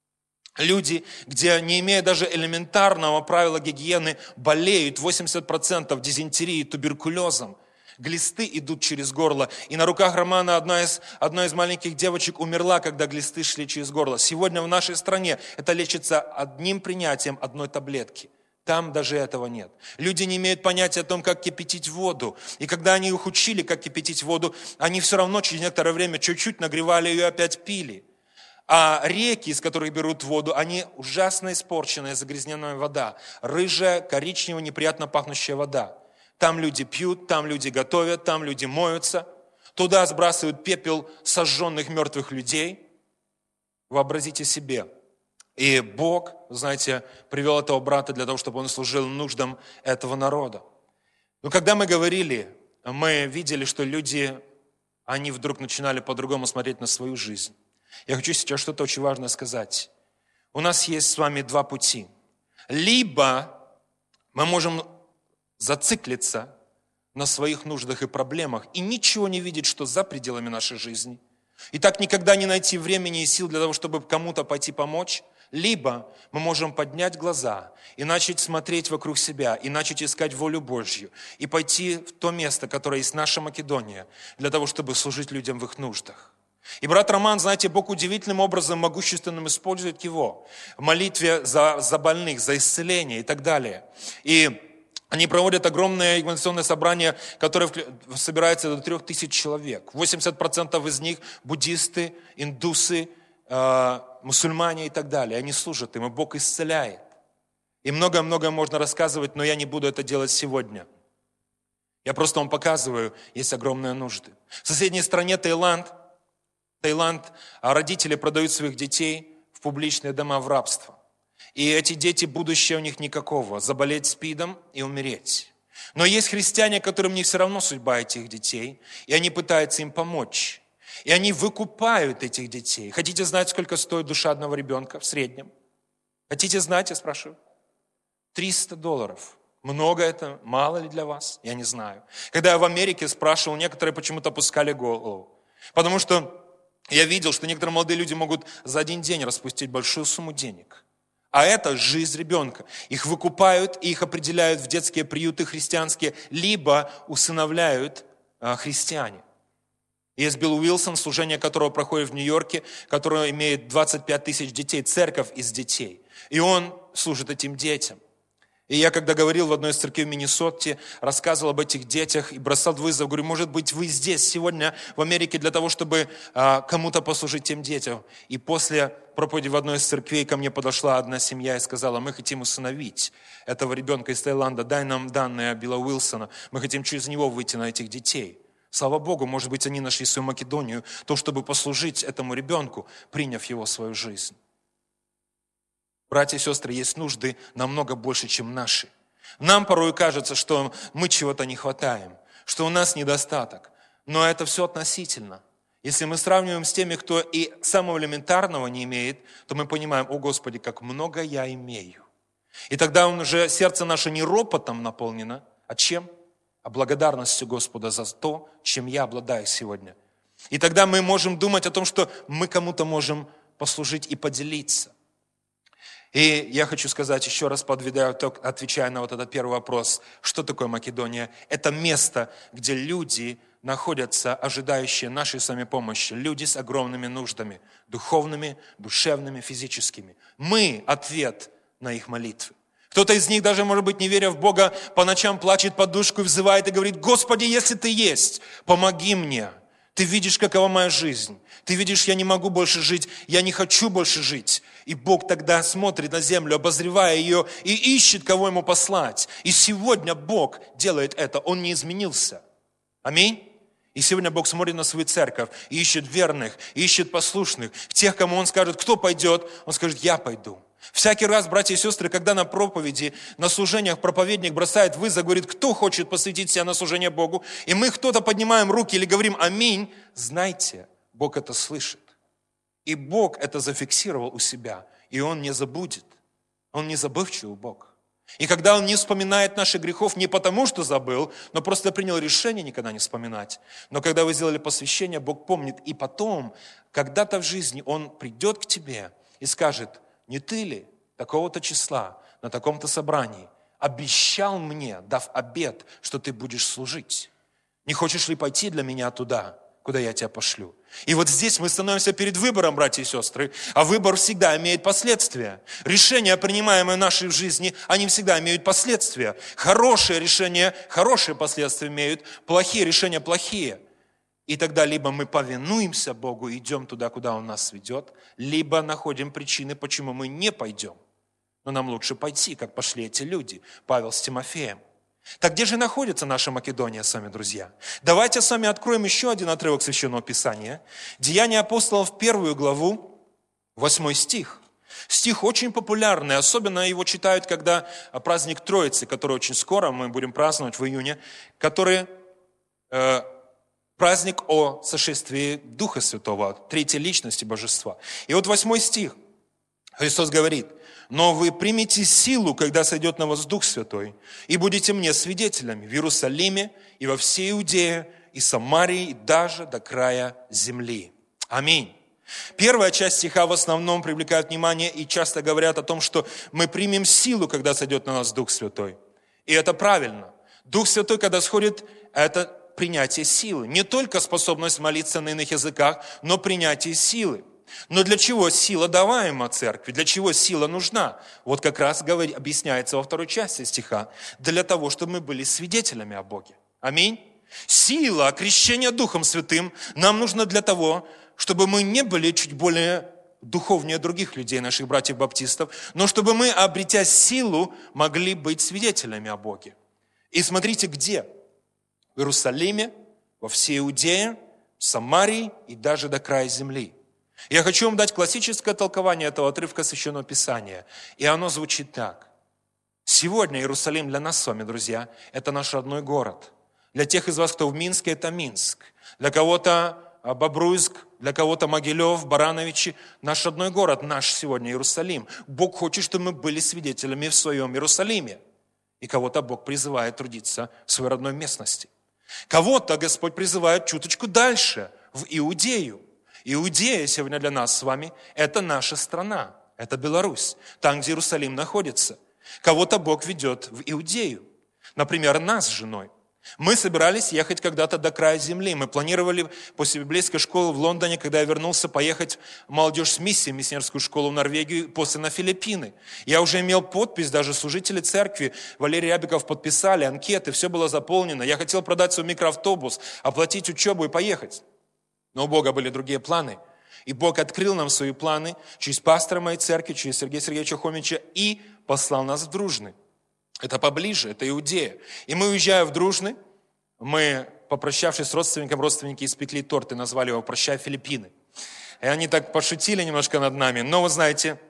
Speaker 1: Люди, где, не имея даже элементарного правила гигиены, болеют 80% дизентерией, туберкулезом. Глисты идут через горло. И на руках Романа одна из маленьких девочек умерла, когда глисты шли через горло. Сегодня в нашей стране это лечится одним принятием одной таблетки. Там даже этого нет. Люди не имеют понятия о том, как кипятить воду. И когда они их учили, как кипятить воду, они все равно через некоторое время чуть-чуть нагревали ее и опять пили. А реки, из которых берут воду, они ужасно испорченная, загрязненная вода. Рыжая, коричневая, неприятно пахнущая вода. Там люди пьют, там люди готовят, там люди моются. Туда сбрасывают пепел сожженных мертвых людей. Вообразите себе. И Бог, знаете, привел этого брата для того, чтобы он служил нуждам этого народа. Но когда мы говорили, мы видели, что люди, они вдруг начинали по-другому смотреть на свою жизнь. Я хочу сейчас что-то очень важное сказать. У нас есть с вами два пути. Либо мы можем зациклиться на своих нуждах и проблемах и ничего не видеть, что за пределами нашей жизни. И так никогда не найти времени и сил для того, чтобы кому-то пойти помочь. Либо мы можем поднять глаза и начать смотреть вокруг себя, и начать искать волю Божью, и пойти в то место, которое есть наша Македония, для того, чтобы служить людям в их нуждах. И брат Роман, знаете, Бог удивительным образом, могущественным использует его в молитве за больных, за исцеление и так далее. И они проводят огромное евангелизационное собрание, которое собирается до 3000 человек. 80% из них буддисты, индусы, мусульмане и так далее. Они служат им, и Бог исцеляет. И многое-многое можно рассказывать, но я не буду это делать сегодня. Я просто вам показываю, есть огромные нужды. В соседней стране Таиланд, родители продают своих детей в публичные дома в рабство. И эти дети, будущее у них никакого, заболеть СПИДом и умереть. Но есть христиане, которым не все равно судьба этих детей, и они пытаются им помочь. И они выкупают этих детей. Хотите знать, сколько стоит душа одного ребенка в среднем? Хотите знать, я спрашиваю? $300. Много это? Мало ли для вас? Я не знаю. Когда я в Америке спрашивал, некоторые почему-то опускали голову. Потому что я видел, что некоторые молодые люди могут за один день распустить большую сумму денег. А это жизнь ребенка. Их выкупают и их определяют в детские приюты христианские, либо усыновляют христиане. Есть Билл Уилсон, служение которого проходит в Нью-Йорке, которое имеет 25 тысяч детей, церковь из детей. И он служит этим детям. И я, когда говорил в одной из церквей в Миннесоте, рассказывал об этих детях и бросал вызов, говорю, может быть, вы здесь сегодня в Америке для того, чтобы кому-то послужить тем детям. И после проповеди в одной из церквей ко мне подошла одна семья и сказала, мы хотим усыновить этого ребенка из Таиланда, дай нам данные Билла Уилсона, мы хотим через него выйти на этих детей. Слава Богу, может быть, они нашли свою Македонию, то, чтобы послужить этому ребенку, приняв его в свою жизнь. Братья и сестры, есть нужды намного больше, чем наши. Нам порой кажется, что мы чего-то не хватаем, что у нас недостаток. Но это все относительно. Если мы сравниваем с теми, кто и самого элементарного не имеет, то мы понимаем, о Господи, как много я имею. И тогда уже сердце наше не ропотом наполнено, а чем? А благодарностью Господа за то, чем я обладаю сегодня. И тогда мы можем думать о том, что мы кому-то можем послужить и поделиться. И я хочу сказать еще раз, подведя итог, отвечая на вот этот первый вопрос, что такое Македония? Это место, где люди находятся, ожидающие нашей с вами помощи. Люди с огромными нуждами, духовными, душевными, физическими. Мы ответ на их молитвы. Кто-то из них, даже, может быть, не веря в Бога, по ночам плачет подушку и взывает и говорит, Господи, если Ты есть, помоги мне. Ты видишь, какова моя жизнь. Ты видишь, я не могу больше жить, я не хочу больше жить. И Бог тогда смотрит на землю, обозревая ее, и ищет, кого ему послать. И сегодня Бог делает это, Он не изменился. Аминь. И сегодня Бог смотрит на свою церковь, и ищет верных, и ищет послушных. Тех, кому Он скажет, кто пойдет, Он скажет, я пойду. Всякий раз, братья и сестры, когда на проповеди, на служениях проповедник бросает вызов, говорит, кто хочет посвятить себя на служение Богу, и мы кто-то поднимаем руки или говорим «Аминь», знайте, Бог это слышит. И Бог это зафиксировал у себя, и Он не забудет. Он не забывчивый Бог. И когда Он не вспоминает наших грехов не потому, что забыл, но просто принял решение никогда не вспоминать. Но когда вы сделали посвящение, Бог помнит. И потом, когда-то в жизни Он придет к тебе и скажет, не ты ли такого-то числа на таком-то собрании обещал мне, дав обет, что ты будешь служить? Не хочешь ли пойти для меня туда, куда я тебя пошлю? И вот здесь мы становимся перед выбором, братья и сестры, а выбор всегда имеет последствия. Решения, принимаемые в нашей жизни, они всегда имеют последствия. Хорошие решения, хорошие последствия имеют, плохие решения, плохие. И тогда либо мы повинуемся Богу и идем туда, куда Он нас ведет, либо находим причины, почему мы не пойдем. Но нам лучше пойти, как пошли эти люди, Павел с Тимофеем. Так где же находится наша Македония с вами, друзья? Давайте с вами откроем еще один отрывок Священного Писания. Деяния апостолов, 1 главу, 8 стих. Стих очень популярный, особенно его читают, когда праздник Троицы, который очень скоро мы будем праздновать в июне, который праздник о сошествии Духа Святого, третьей личности Божества. И вот 8 стих. Христос говорит: «Но вы примете силу, когда сойдет на вас Дух Святой, и будете мне свидетелями в Иерусалиме и во всей Иудее, и Самарии, и даже до края земли». Аминь. Первая часть стиха в основном привлекает внимание и часто говорят о том, что мы примем силу, когда сойдет на нас Дух Святой. И это правильно. Дух Святой, когда сходит, это принятие силы. Не только способность молиться на иных языках, но принятие силы. Но для чего сила даваема церкви? Для чего сила нужна? Вот как раз объясняется во второй части стиха. Для того, чтобы мы были свидетелями о Боге. Аминь. Сила крещения Духом Святым нам нужна для того, чтобы мы не были чуть более духовнее других людей, наших братьев-баптистов, но чтобы мы, обретя силу, могли быть свидетелями о Боге. И смотрите, где? В Иерусалиме, во всей Иудее, в Самарии и даже до края земли. Я хочу вам дать классическое толкование этого отрывка Священного Писания. И оно звучит так. Сегодня Иерусалим для нас с вами, друзья, это наш родной город. Для тех из вас, кто в Минске, это Минск. Для кого-то Бобруйск, для кого-то Могилев, Барановичи. Наш родной город, наш сегодня Иерусалим. Бог хочет, чтобы мы были свидетелями в своем Иерусалиме. И кого-то Бог призывает трудиться в своей родной местности. Кого-то Господь призывает чуточку дальше, в Иудею. Иудея сегодня для нас с вами – это наша страна, это Беларусь, там, где Иерусалим находится. Кого-то Бог ведет в Иудею, например, нас с женой. Мы собирались ехать когда-то до края земли. Мы планировали после библейской школы в Лондоне, когда я вернулся, поехать в молодежь с миссией, миссионерскую школу в Норвегию, после на Филиппины. Я уже имел подпись, даже служители церкви, Валерий Рябиков подписали, анкеты, все было заполнено. Я хотел продать свой микроавтобус, оплатить учебу и поехать. Но у Бога были другие планы. И Бог открыл нам свои планы через пастора моей церкви, через Сергея Сергеевича Хомича и послал нас в Дружный. Это поближе, это Иудея. И мы, уезжая в Дружный, мы, попрощавшись с родственником, родственники испекли торт и назвали его «Прощай, Филиппины». И они так пошутили немножко над нами. Но вы знаете,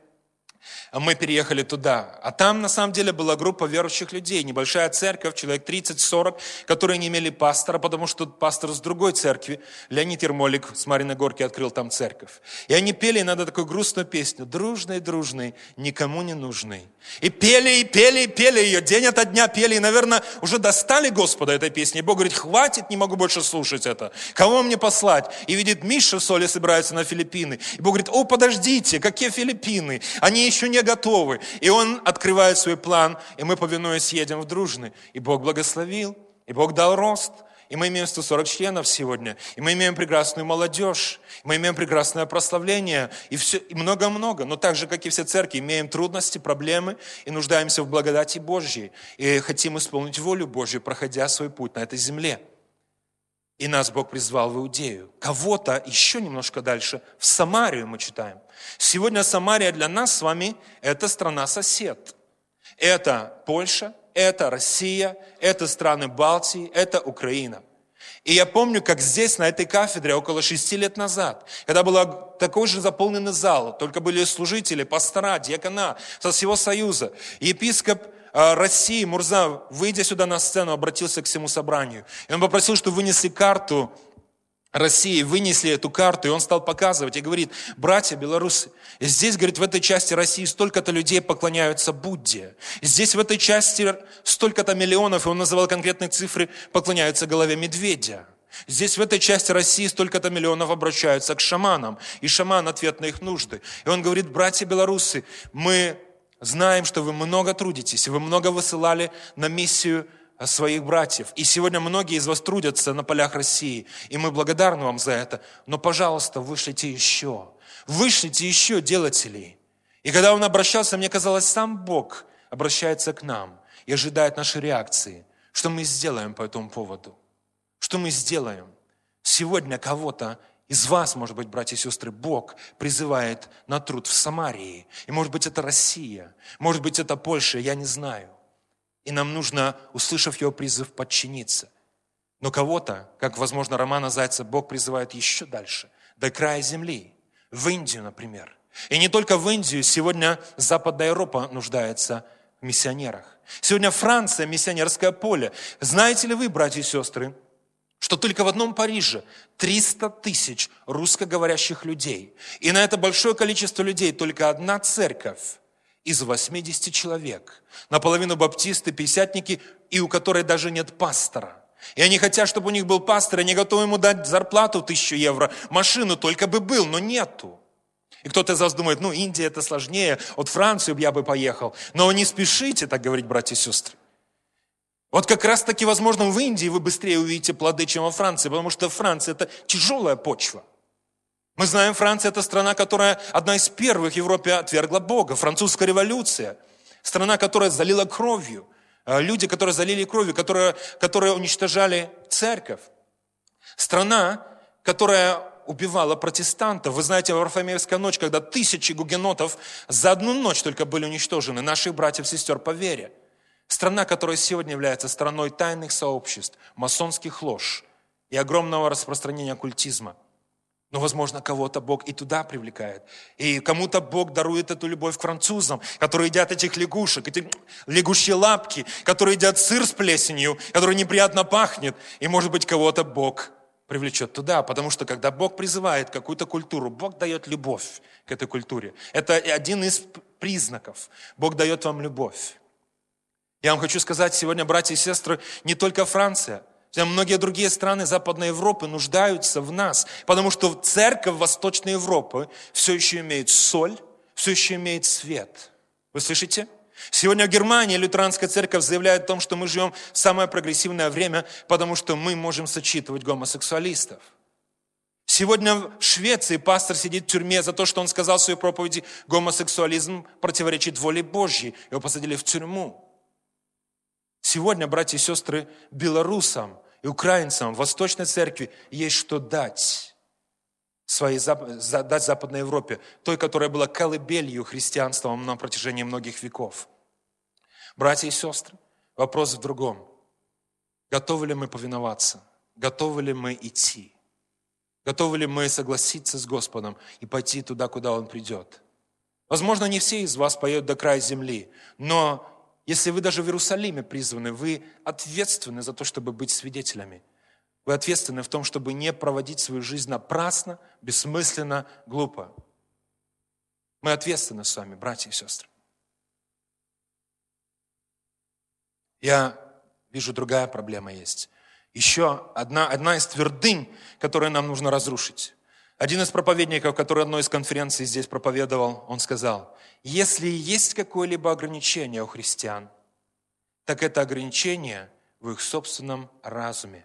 Speaker 1: мы переехали туда. А там, на самом деле, была группа верующих людей, небольшая церковь, человек 30-40, которые не имели пастора, потому что пастор с другой церкви, Леонид Ермолик с Марьиной Горки, открыл там церковь. И они пели иногда такую грустную песню: «Дружный, дружный, никому не нужный». И пели, и пели, и пели ее, день ото дня пели. И, наверное, уже достали Господа этой песни. И Бог говорит: хватит, не могу больше слушать это. Кого мне послать? И видит, Миша с Олей собираются на Филиппины. И Бог говорит: о, подождите, какие Филиппины? Они еще не готовы. И Он открывает свой план, и мы, повинуясь, едем в Дружный. И Бог благословил, и Бог дал рост. И мы имеем 140 членов сегодня, и мы имеем прекрасную молодежь, и мы имеем прекрасное прославление, и все, и много-много. Но так же, как и все церкви, имеем трудности, проблемы, и нуждаемся в благодати Божьей, и хотим исполнить волю Божью, проходя свой путь на этой земле. И нас Бог призвал в Иудею. Кого-то еще немножко дальше, в Самарию мы читаем. Сегодня Самария для нас с вами – это страна-сосед. Это Польша, это Россия, это страны Балтии, это Украина. И я помню, как здесь, на этой кафедре, около 6 лет назад, когда был такой же заполненный зал, только были служители, пастора, диакона со всего Союза, епископ России Мурза, выйдя сюда на сцену, обратился к всему собранию. И он попросил, чтобы вынесли карту России, вынесли эту карту, и он стал показывать и говорит: братья белорусы, здесь, говорит, в этой части России столько-то людей поклоняются Будде. Здесь в этой части столько-то миллионов, и он называл конкретные цифры, поклоняются голове медведя. Здесь, в этой части России, столько-то миллионов обращаются к шаманам, и шаман ответ на их нужды. И он говорит: братья белорусы, мы знаем, что вы много трудитесь, вы много высылали на миссию своих братьев. И сегодня многие из вас трудятся на полях России, и мы благодарны вам за это. Но, пожалуйста, вышлите еще делателей. И когда он обращался, мне казалось, сам Бог обращается к нам и ожидает нашей реакции. Что мы сделаем по этому поводу? Что мы сделаем? Сегодня кого-то из вас, может быть, братья и сестры, Бог призывает на труд в Самарии. И может быть, это Россия, может быть, это Польша, я не знаю. И нам нужно, услышав его призыв, подчиниться. Но кого-то, как, возможно, Романа Зайца, Бог призывает еще дальше, до края земли, в Индию, например. И не только в Индию, сегодня Западная Европа нуждается в миссионерах. Сегодня Франция – миссионерское поле. Знаете ли вы, братья и сестры, что только в одном Париже 300 тысяч русскоговорящих людей. И на это большое количество людей только одна церковь из 80 человек. Наполовину баптисты, пятидесятники, и у которой даже нет пастора. И они хотят, чтобы у них был пастор, они готовы ему дать зарплату 1000 евро, машину только бы был, но нету. И кто-то из вас думает: Индия это сложнее, от Франции я бы поехал. Но не спешите так говорить, братья и сестры. Вот как раз таки, возможно, в Индии вы быстрее увидите плоды, чем во Франции, потому что Франция – это тяжелая почва. Мы знаем, Франция – это страна, которая одна из первых в Европе отвергла Бога. Французская революция – страна, которая залила кровью. Люди, которые залили кровью, которые уничтожали церковь. Страна, которая убивала протестантов. Вы знаете, Варфоломеевская ночь, когда тысячи гугенотов за одну ночь только были уничтожены, наших братьев и сестер по вере. Страна, которая сегодня является страной тайных сообществ, масонских лож и огромного распространения оккультизма. Но, возможно, кого-то Бог и туда привлекает. И кому-то Бог дарует эту любовь к французам, которые едят этих лягушек, эти лягушьи лапки, которые едят сыр с плесенью, который неприятно пахнет. И, может быть, кого-то Бог привлечет туда, потому что, когда Бог призывает какую-то культуру, Бог дает любовь к этой культуре. Это один из признаков. Бог дает вам любовь. Я вам хочу сказать сегодня, братья и сестры, не только Франция, многие другие страны Западной Европы нуждаются в нас, потому что церковь Восточной Европы все еще имеет соль, все еще имеет свет. Вы слышите? Сегодня в Германии лютеранская церковь заявляет о том, что мы живем в самое прогрессивное время, потому что мы можем сочетывать гомосексуалистов. Сегодня в Швеции пастор сидит в тюрьме за то, что он сказал в своей проповеди: гомосексуализм противоречит воле Божьей. Его посадили в тюрьму. Сегодня, братья и сестры, белорусам и украинцам в Восточной Церкви есть что дать Западной Европе, той, которая была колыбелью христианства на протяжении многих веков. Братья и сестры, вопрос в другом. Готовы ли мы повиноваться? Готовы ли мы идти? Готовы ли мы согласиться с Господом и пойти туда, куда Он придет? Возможно, не все из вас поедут до края земли, но если вы даже в Иерусалиме призваны, вы ответственны за то, чтобы быть свидетелями. Вы ответственны в том, чтобы не проводить свою жизнь напрасно, бессмысленно, глупо. Мы ответственны с вами, братья и сестры. Я вижу, другая проблема есть. Еще одна из твердынь, которую нам нужно разрушить. Один из проповедников, который одной из конференций здесь проповедовал, он сказал: если есть какое-либо ограничение у христиан, так это ограничение в их собственном разуме.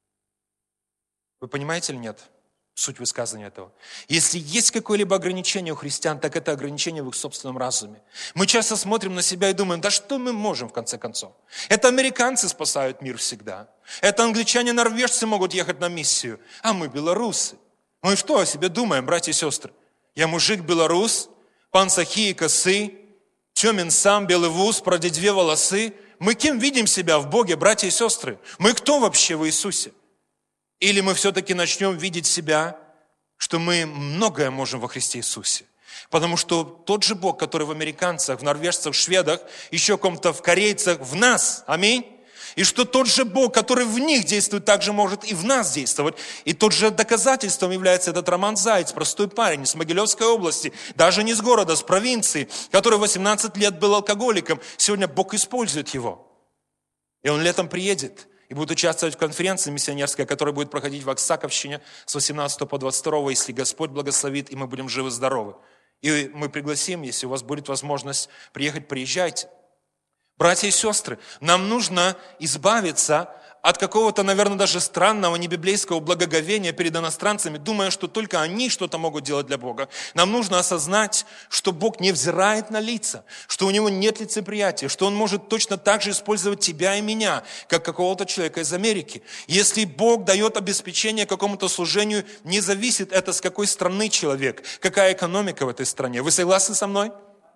Speaker 1: Вы понимаете или нет суть высказывания этого? Если есть какое-либо ограничение у христиан, так это ограничение в их собственном разуме. Мы часто смотрим на себя и думаем: да что мы можем в конце концов? Это американцы спасают мир всегда. Это англичане-норвежцы могут ехать на миссию, а мы белорусы. Мы что о себе думаем, братья и сестры? Я мужик-белорус, пан сахие косы, темен сам, белый вуз, правда 2 волосы. Мы кем видим себя в Боге, братья и сестры? Мы кто вообще в Иисусе? Или мы все-таки начнем видеть себя, что мы многое можем во Христе Иисусе? Потому что тот же Бог, который в американцах, в норвежцах, в шведах, еще в ком-то в корейцах, в нас, аминь. И что тот же Бог, который в них действует, также может и в нас действовать. И тот же доказательством является этот Роман Заяц, простой парень из Могилевской области, даже не с города, с провинции, который 18 лет был алкоголиком. Сегодня Бог использует его. И он летом приедет и будут участвовать в конференции миссионерской, которая будет проходить в Оксаковщине с 18 по 22, если Господь благословит, и мы будем живы-здоровы. И мы пригласим, если у вас будет возможность приехать, приезжайте. Братья и сестры, нам нужно избавиться от какого-то, наверное, даже странного небиблейского благоговения перед иностранцами, думая, что только они что-то могут делать для Бога. Нам нужно осознать, что Бог не взирает на лица, что у Него нет лицеприятия, что Он может точно так же использовать тебя и меня, как какого-то человека из Америки. Если Бог дает обеспечение какому-то служению, не зависит это, с какой страны человек, какая экономика в этой стране. Вы согласны со мной?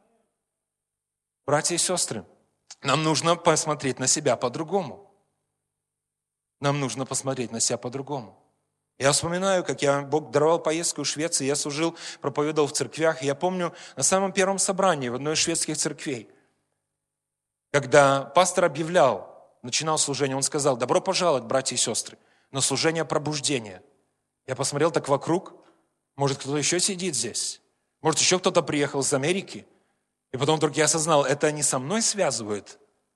Speaker 1: Братья и сестры, нам нужно посмотреть на себя по-другому. Нам нужно посмотреть на себя по-другому. Я вспоминаю, как Бог даровал поездку в Швецию, я служил, проповедовал в церквях. И я помню, на самом первом собрании в одной из шведских церквей, когда пастор начинал служение, он сказал: добро пожаловать, братья и сестры, на служение пробуждения. Я посмотрел так вокруг, может, кто-то еще сидит здесь, может, еще кто-то приехал из Америки. И потом вдруг я осознал, это они со мной связывают.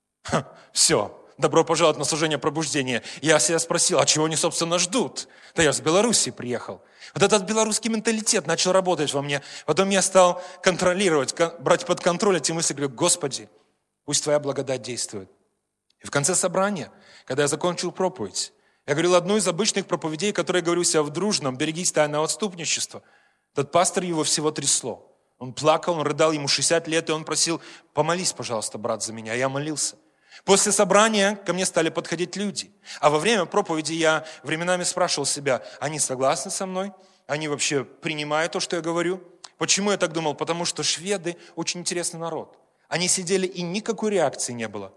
Speaker 1: Все. Добро пожаловать на служение пробуждения. Я себя спросил, а чего они, собственно, ждут? Да я с Беларуси приехал. Вот этот белорусский менталитет начал работать во мне. Потом я стал контролировать, брать под контроль эти мысли. Говорю: Господи, пусть Твоя благодать действует. И в конце собрания, когда я закончил проповедь, я говорил одну из обычных проповедей, которые я говорю себя в дружном: берегись тайного отступничества. Этот пастор, его всего трясло. Он плакал, он рыдал, ему 60 лет, и он просил: помолись, пожалуйста, брат, за меня. Я молился. После собрания ко мне стали подходить люди. А во время проповеди я временами спрашивал себя: они согласны со мной? Они вообще принимают то, что я говорю? Почему я так думал? Потому что шведы очень интересный народ. Они сидели, и никакой реакции не было.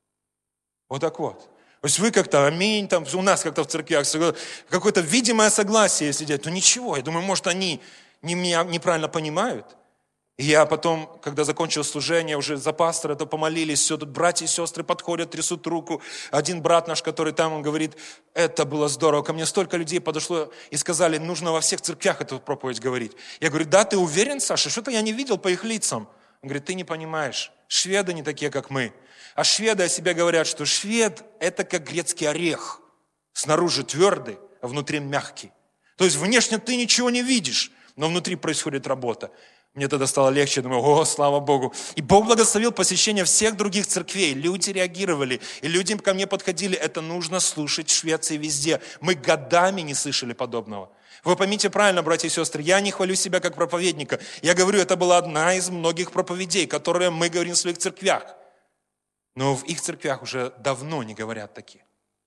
Speaker 1: Вот так вот. То есть вы как-то аминь, там, у нас как-то в церквях какое-то видимое согласие сидят. Ну ничего, я думаю, может, они меня неправильно понимают. И я потом, когда закончил служение, уже за пастора, то помолились, все, тут братья и сестры подходят, трясут руку. Один брат наш, который там, он говорит: это было здорово. Ко мне столько людей подошло и сказали: нужно во всех церквях эту проповедь говорить. Я говорю: да, ты уверен, Саша? Что-то я не видел по их лицам. Он говорит: ты не понимаешь, шведы не такие, как мы. А шведы о себе говорят, что швед – это как грецкий орех. Снаружи твердый, а внутри мягкий. То есть внешне ты ничего не видишь, но внутри происходит работа. Мне тогда стало легче, думаю: о, слава Богу. И Бог благословил посещение всех других церквей. Люди реагировали, и люди ко мне подходили. Это нужно слушать в Швеции везде. Мы годами не слышали подобного. Вы поймите правильно, братья и сестры, я не хвалю себя как проповедника. Я говорю, это была одна из многих проповедей, которые мы говорим в своих церквях. Но в их церквях уже давно не говорят такие.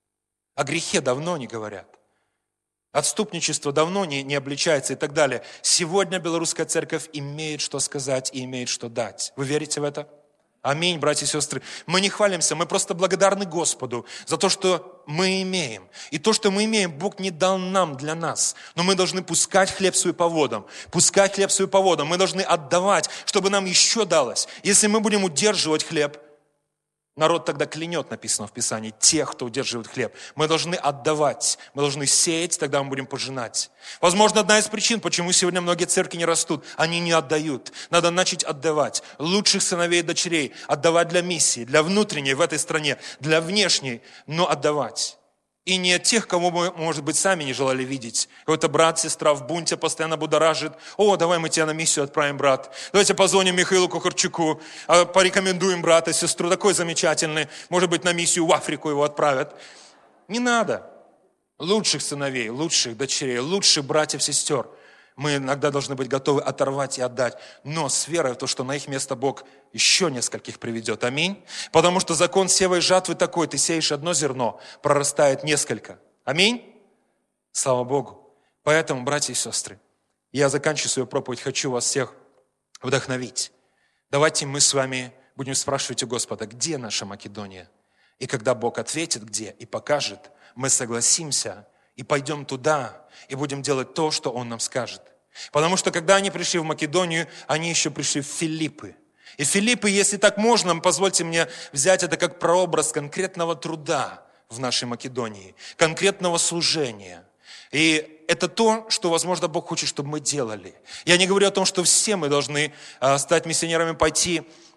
Speaker 1: О грехе давно не говорят. Отступничество давно не обличается и так далее. Сегодня белорусская церковь имеет что сказать и имеет что дать. Вы верите в это? Аминь, братья и сестры. Мы не хвалимся, мы просто благодарны Господу за то, что мы имеем. И то, что мы имеем, Бог не дал нам для нас. Но мы должны пускать хлеб свой по водам. Пускать хлеб свой по водам. Мы должны отдавать, чтобы нам еще далось. Если мы будем удерживать хлеб, народ тогда клянет, написано в Писании, тех, кто удерживает хлеб. Мы должны отдавать, мы должны сеять, тогда мы будем пожинать. Возможно, одна из причин, почему сегодня многие церкви не растут, они не отдают. Надо начать отдавать лучших сыновей и дочерей, отдавать для миссии, для внутренней в этой стране, для внешней, но отдавать. И не тех, кого мы, может быть, сами не желали видеть. Какой-то брат, сестра в бунте постоянно будоражит. О, давай мы тебя на миссию отправим, брат. Давайте позвоним Михаилу Кухарчуку, порекомендуем брата, сестру. Такой замечательный. Может быть, на миссию в Африку его отправят. Не надо. Лучших сыновей, лучших дочерей, лучших братьев, сестер мы иногда должны быть готовы оторвать и отдать. Но с верой в то, что на их место Бог еще нескольких приведет. Аминь. Потому что закон сева и жатвы такой. Ты сеешь одно зерно, прорастает несколько. Аминь. Слава Богу. Поэтому, братья и сестры, я заканчиваю свою проповедь. Хочу вас всех вдохновить. Давайте мы с вами будем спрашивать у Господа, где наша Македония? И когда Бог ответит, где, и покажет, мы согласимся и пойдем туда, и будем делать то, что Он нам скажет. Потому что, когда они пришли в Македонию, они еще пришли в Филиппы. И Филиппы, если так можно, позвольте мне взять это как прообраз конкретного труда в нашей Македонии, конкретного служения. И это то, что, возможно, Бог хочет, чтобы мы делали. Я не говорю о том, что все мы должны стать миссионерами, пойти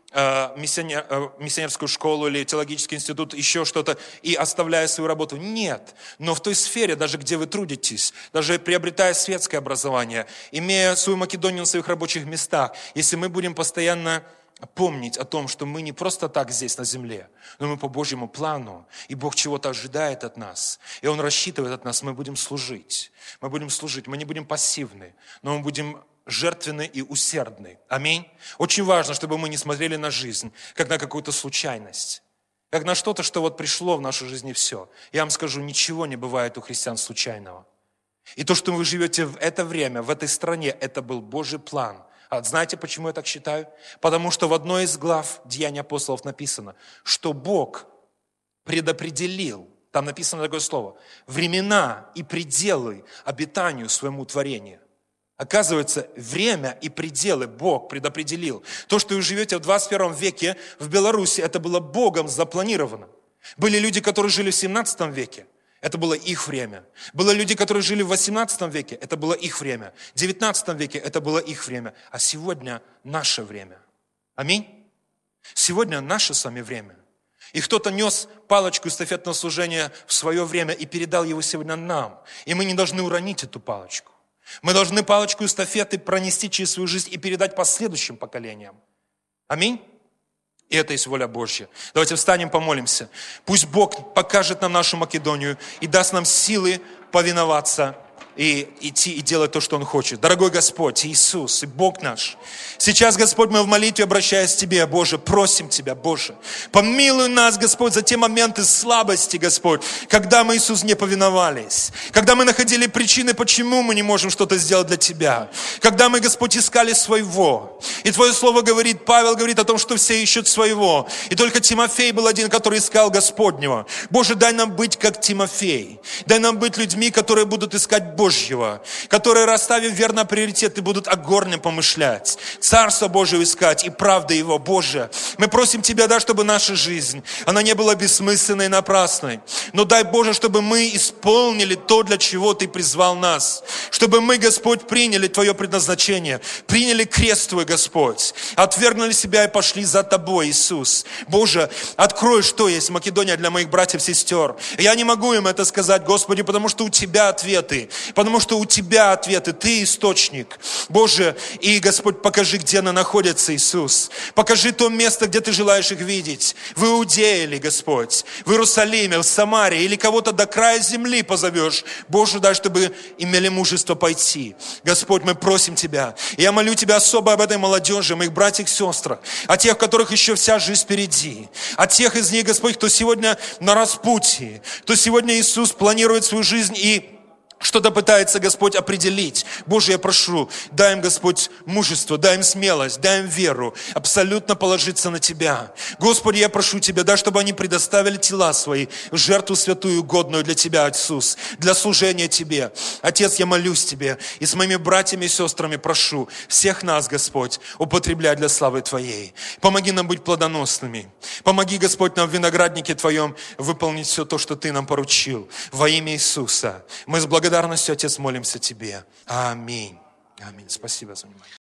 Speaker 1: миссионерскую школу или теологический институт, еще что-то, и оставляя свою работу. Нет. Но в той сфере, даже где вы трудитесь, даже приобретая светское образование, имея свою Македонию на своих рабочих местах, если мы будем постоянно помнить о том, что мы не просто так здесь на земле, но мы по Божьему плану, и Бог чего-то ожидает от нас, и Он рассчитывает от нас, мы будем служить. Мы будем служить, мы не будем пассивны, но мы будем жертвенны и усердны. Аминь. Очень важно, чтобы мы не смотрели на жизнь, как на какую-то случайность, как на что-то, что вот пришло в нашу жизнь и все. Я вам скажу, ничего не бывает у христиан случайного. И то, что вы живете в это время, в этой стране, это был Божий план. А знаете, почему я так считаю? Потому что в одной из глав Деяний апостолов написано, что Бог предопределил, там написано такое слово, времена и пределы обитанию своему творению. Оказывается, время и пределы Бог предопределил. То, что вы живете в 21 веке в Беларуси, это было Богом запланировано. Были люди, которые жили в 17 веке. Это было их время. Были люди, которые жили в 18 веке. Это было их время. В 19 веке это было их время. А сегодня наше время. Аминь. Сегодня наше с вами время. И кто-то нес палочку эстафетного служения в свое время и передал его сегодня нам. И мы не должны уронить эту палочку. Мы должны палочку эстафеты пронести через свою жизнь и передать последующим поколениям. Аминь. И это есть воля Божья. Давайте встанем, помолимся. Пусть Бог покажет нам нашу Македонию и даст нам силы повиноваться и идти и делать то, что Он хочет. Дорогой Господь, Иисус и Бог наш, сейчас, Господь, мы в молитве, обращаясь к Тебе, Боже, просим Тебя, Боже, помилуй нас, Господь, за те моменты слабости, Господь, когда мы, Иисус, не повиновались, когда мы находили причины, почему мы не можем что-то сделать для Тебя, когда мы, Господь, искали своего. И Твое Слово говорит, Павел говорит о том, что все ищут своего, и только Тимофей был один, который искал Господнего. Боже, дай нам быть как Тимофей, дай нам быть людьми, которые будут искать Божьего, которые, расставив верно приоритеты, будут о горнем помышлять, Царство Божие искать и правды Его. Боже, мы просим Тебя, да, чтобы наша жизнь, она не была бессмысленной и напрасной, но дай, Боже, чтобы мы исполнили то, для чего Ты призвал нас, чтобы мы, Господь, приняли Твое предназначение, приняли крест Твой, Господь, отвергнули себя и пошли за Тобой, Иисус. Боже, открой, что есть Македония для моих братьев и сестер. Я не могу им это сказать, Господи, потому что у Тебя ответы, потому что у Тебя ответы, Ты источник. Боже, и, Господь, покажи, где она находится, Иисус. Покажи то место, где Ты желаешь их видеть. В Иудее ли, Господь, в Иерусалиме, в Самаре, или кого-то до края земли позовешь. Боже, дай, чтобы имели мужество пойти. Господь, мы просим Тебя. Я молю Тебя особо об этой молодежи, моих братьях и сестрах, о тех, у которых еще вся жизнь впереди, о тех из них, Господь, кто сегодня на распутье, кто сегодня, Иисус, планирует свою жизнь и что-то пытается, Господь, определить. Боже, я прошу, дай им, Господь, мужество, дай им смелость, дай им веру, абсолютно положиться на Тебя. Господи, я прошу Тебя, дай, чтобы они предоставили тела свои в жертву святую, годную для Тебя, Иисус, для служения Тебе. Отец, я молюсь Тебе и с моими братьями и сестрами прошу всех нас, Господь, употреблять для славы Твоей. Помоги нам быть плодоносными. Помоги, Господь, нам в винограднике Твоем выполнить все то, что Ты нам поручил. Во имя Иисуса. Мы с благодарностью, Отец, молимся Тебе. Аминь. Аминь. Спасибо за внимание.